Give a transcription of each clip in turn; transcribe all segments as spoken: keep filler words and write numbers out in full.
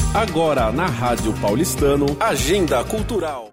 Agora na Rádio Paulistano, Agenda Cultural.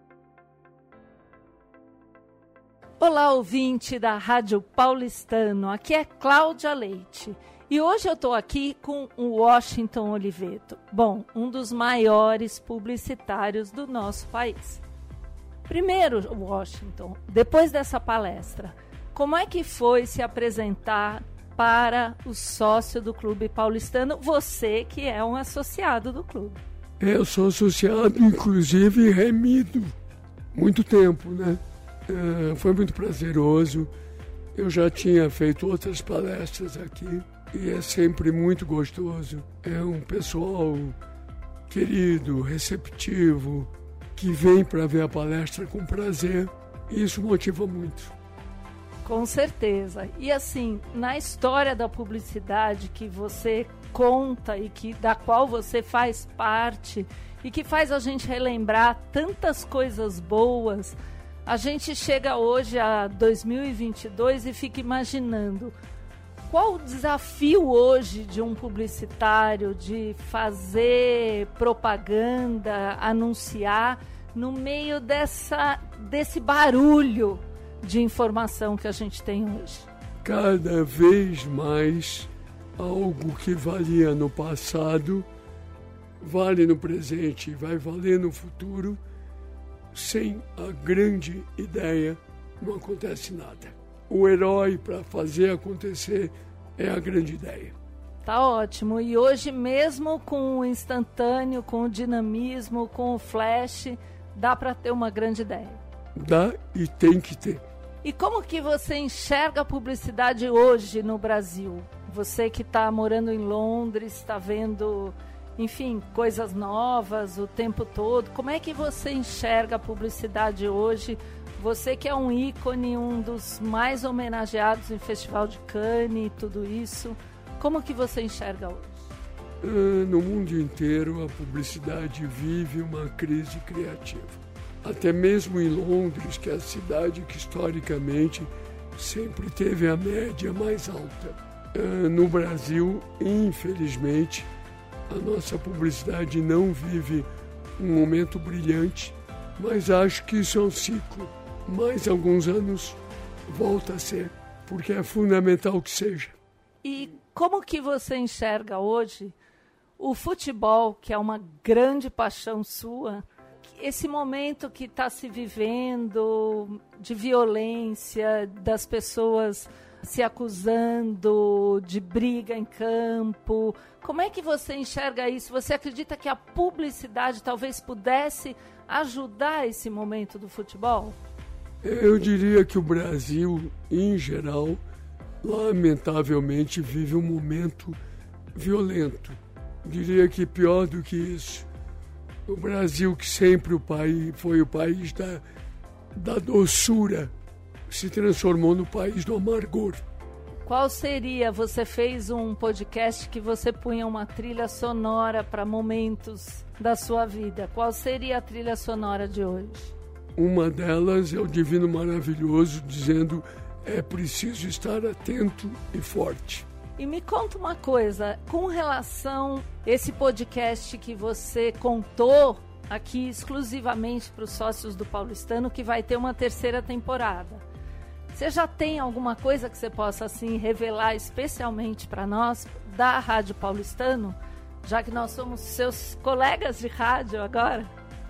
Olá, ouvinte da Rádio Paulistano, aqui é Cláudia Leite e hoje eu estou aqui com o Washington Oliveto, bom, um dos maiores publicitários do nosso país. Primeiro, Washington, depois dessa palestra, como é que foi se apresentar para o sócio do Clube Paulistano, você que é um associado do clube? Eu sou associado, inclusive remido, muito tempo, né? Uh, foi muito prazeroso. Eu já tinha feito outras palestras aqui e é sempre muito gostoso. É um pessoal querido, receptivo, que vem para ver a palestra com prazer e isso motiva muito. Com certeza. E assim, na história da publicidade que você conta e que, da qual você faz parte e que faz a gente relembrar tantas coisas boas, a gente chega hoje a dois mil e vinte e dois e fica imaginando qual o desafio hoje de um publicitário de fazer propaganda, anunciar no meio dessa, desse barulho de informação que a gente tem hoje. Cada vez mais algo que valia no passado vale no presente e vai valer no futuro. Sem a grande ideia, não acontece nada. O herói para fazer acontecer é a grande ideia. Tá ótimo. E hoje mesmo com o instantâneo, com o dinamismo, com o flash, dá para ter uma grande ideia. Dá e tem que ter. E como que você enxerga a publicidade hoje no Brasil? Você que está morando em Londres, está vendo, enfim, coisas novas o tempo todo. Como é que você enxerga a publicidade hoje? Você que é um ícone, um dos mais homenageados em Festival de Cannes e tudo isso. Como que você enxerga hoje? No mundo inteiro, a publicidade vive uma crise criativa. Até mesmo em Londres, que é a cidade que historicamente sempre teve a média mais alta. No Brasil, infelizmente, a nossa publicidade não vive um momento brilhante, mas acho que isso é um ciclo. Mais alguns anos volta a ser, porque é fundamental que seja. E como que você enxerga hoje o futebol, que é uma grande paixão sua, esse momento que está se vivendo de violência, das pessoas se acusando de briga em campo? Como é que você enxerga isso? Você acredita que a publicidade talvez pudesse ajudar esse momento do futebol? Eu diria que o Brasil, em geral, lamentavelmente vive um momento violento. Diria que pior do que isso. O Brasil, que sempre o país, foi o país da, da doçura, se transformou no país do amargor. Qual seria? Você fez um podcast que você punha uma trilha sonora para momentos da sua vida. Qual seria a trilha sonora de hoje? Uma delas é o Divino Maravilhoso, dizendo é preciso estar atento e forte. E me conta uma coisa, com relação a esse podcast que você contou aqui exclusivamente para os sócios do Paulistano, que vai ter uma terceira temporada. Você já tem alguma coisa que você possa assim revelar especialmente para nós da Rádio Paulistano, já que nós somos seus colegas de rádio agora?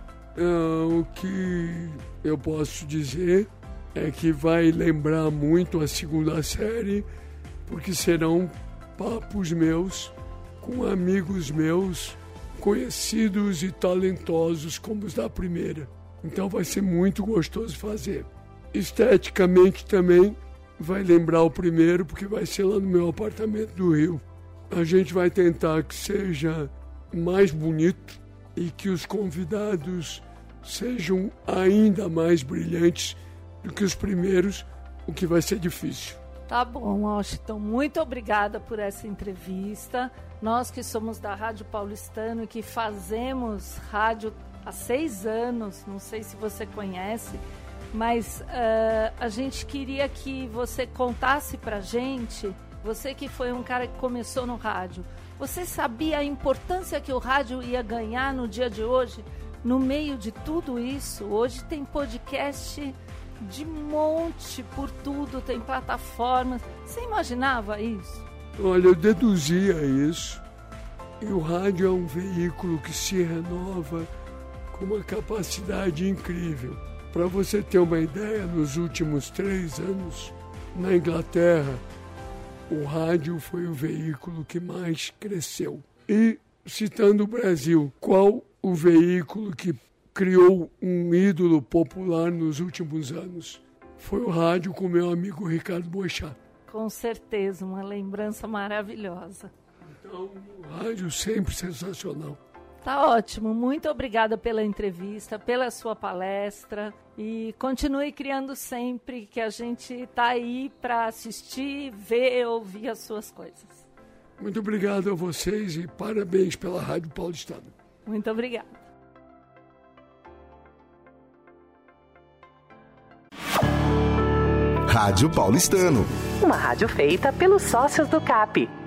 Uh, o que eu posso dizer é que vai lembrar muito a segunda série, porque serão papos meus com amigos meus, conhecidos e talentosos como os da primeira. Então vai ser muito gostoso fazer. Esteticamente também vai lembrar o primeiro, porque vai ser lá no meu apartamento do Rio. A gente vai tentar que seja mais bonito e que os convidados sejam ainda mais brilhantes do que os primeiros, o que vai ser difícil. Tá bom, Washington, muito obrigada por essa entrevista. Nós que somos da Rádio Paulistano e que fazemos rádio há seis anos, não sei se você conhece, mas uh, a gente queria que você contasse pra gente você que foi um cara que começou no rádio, você sabia a importância que o rádio ia ganhar no dia de hoje? No meio de tudo isso, hoje tem podcast de monte por tudo, tem plataformas. Você imaginava isso? Olha, eu deduzia isso. E o rádio é um veículo que se renova com uma capacidade incrível. Para você ter uma ideia, nos últimos três anos, na Inglaterra, o rádio foi o veículo que mais cresceu. E, citando o Brasil, qual o veículo que criou um ídolo popular nos últimos anos? Foi o rádio com meu amigo Ricardo Boechat. Com certeza, uma lembrança maravilhosa. Então, o rádio sempre sensacional. Tá ótimo, muito obrigada pela entrevista, pela sua palestra e continue criando sempre, que a gente tá aí para assistir, ver, ouvir as suas coisas. Muito obrigado a vocês e parabéns pela Rádio Paulistana. Muito obrigada. Rádio Paulistano. Uma rádio feita pelos sócios do C A P.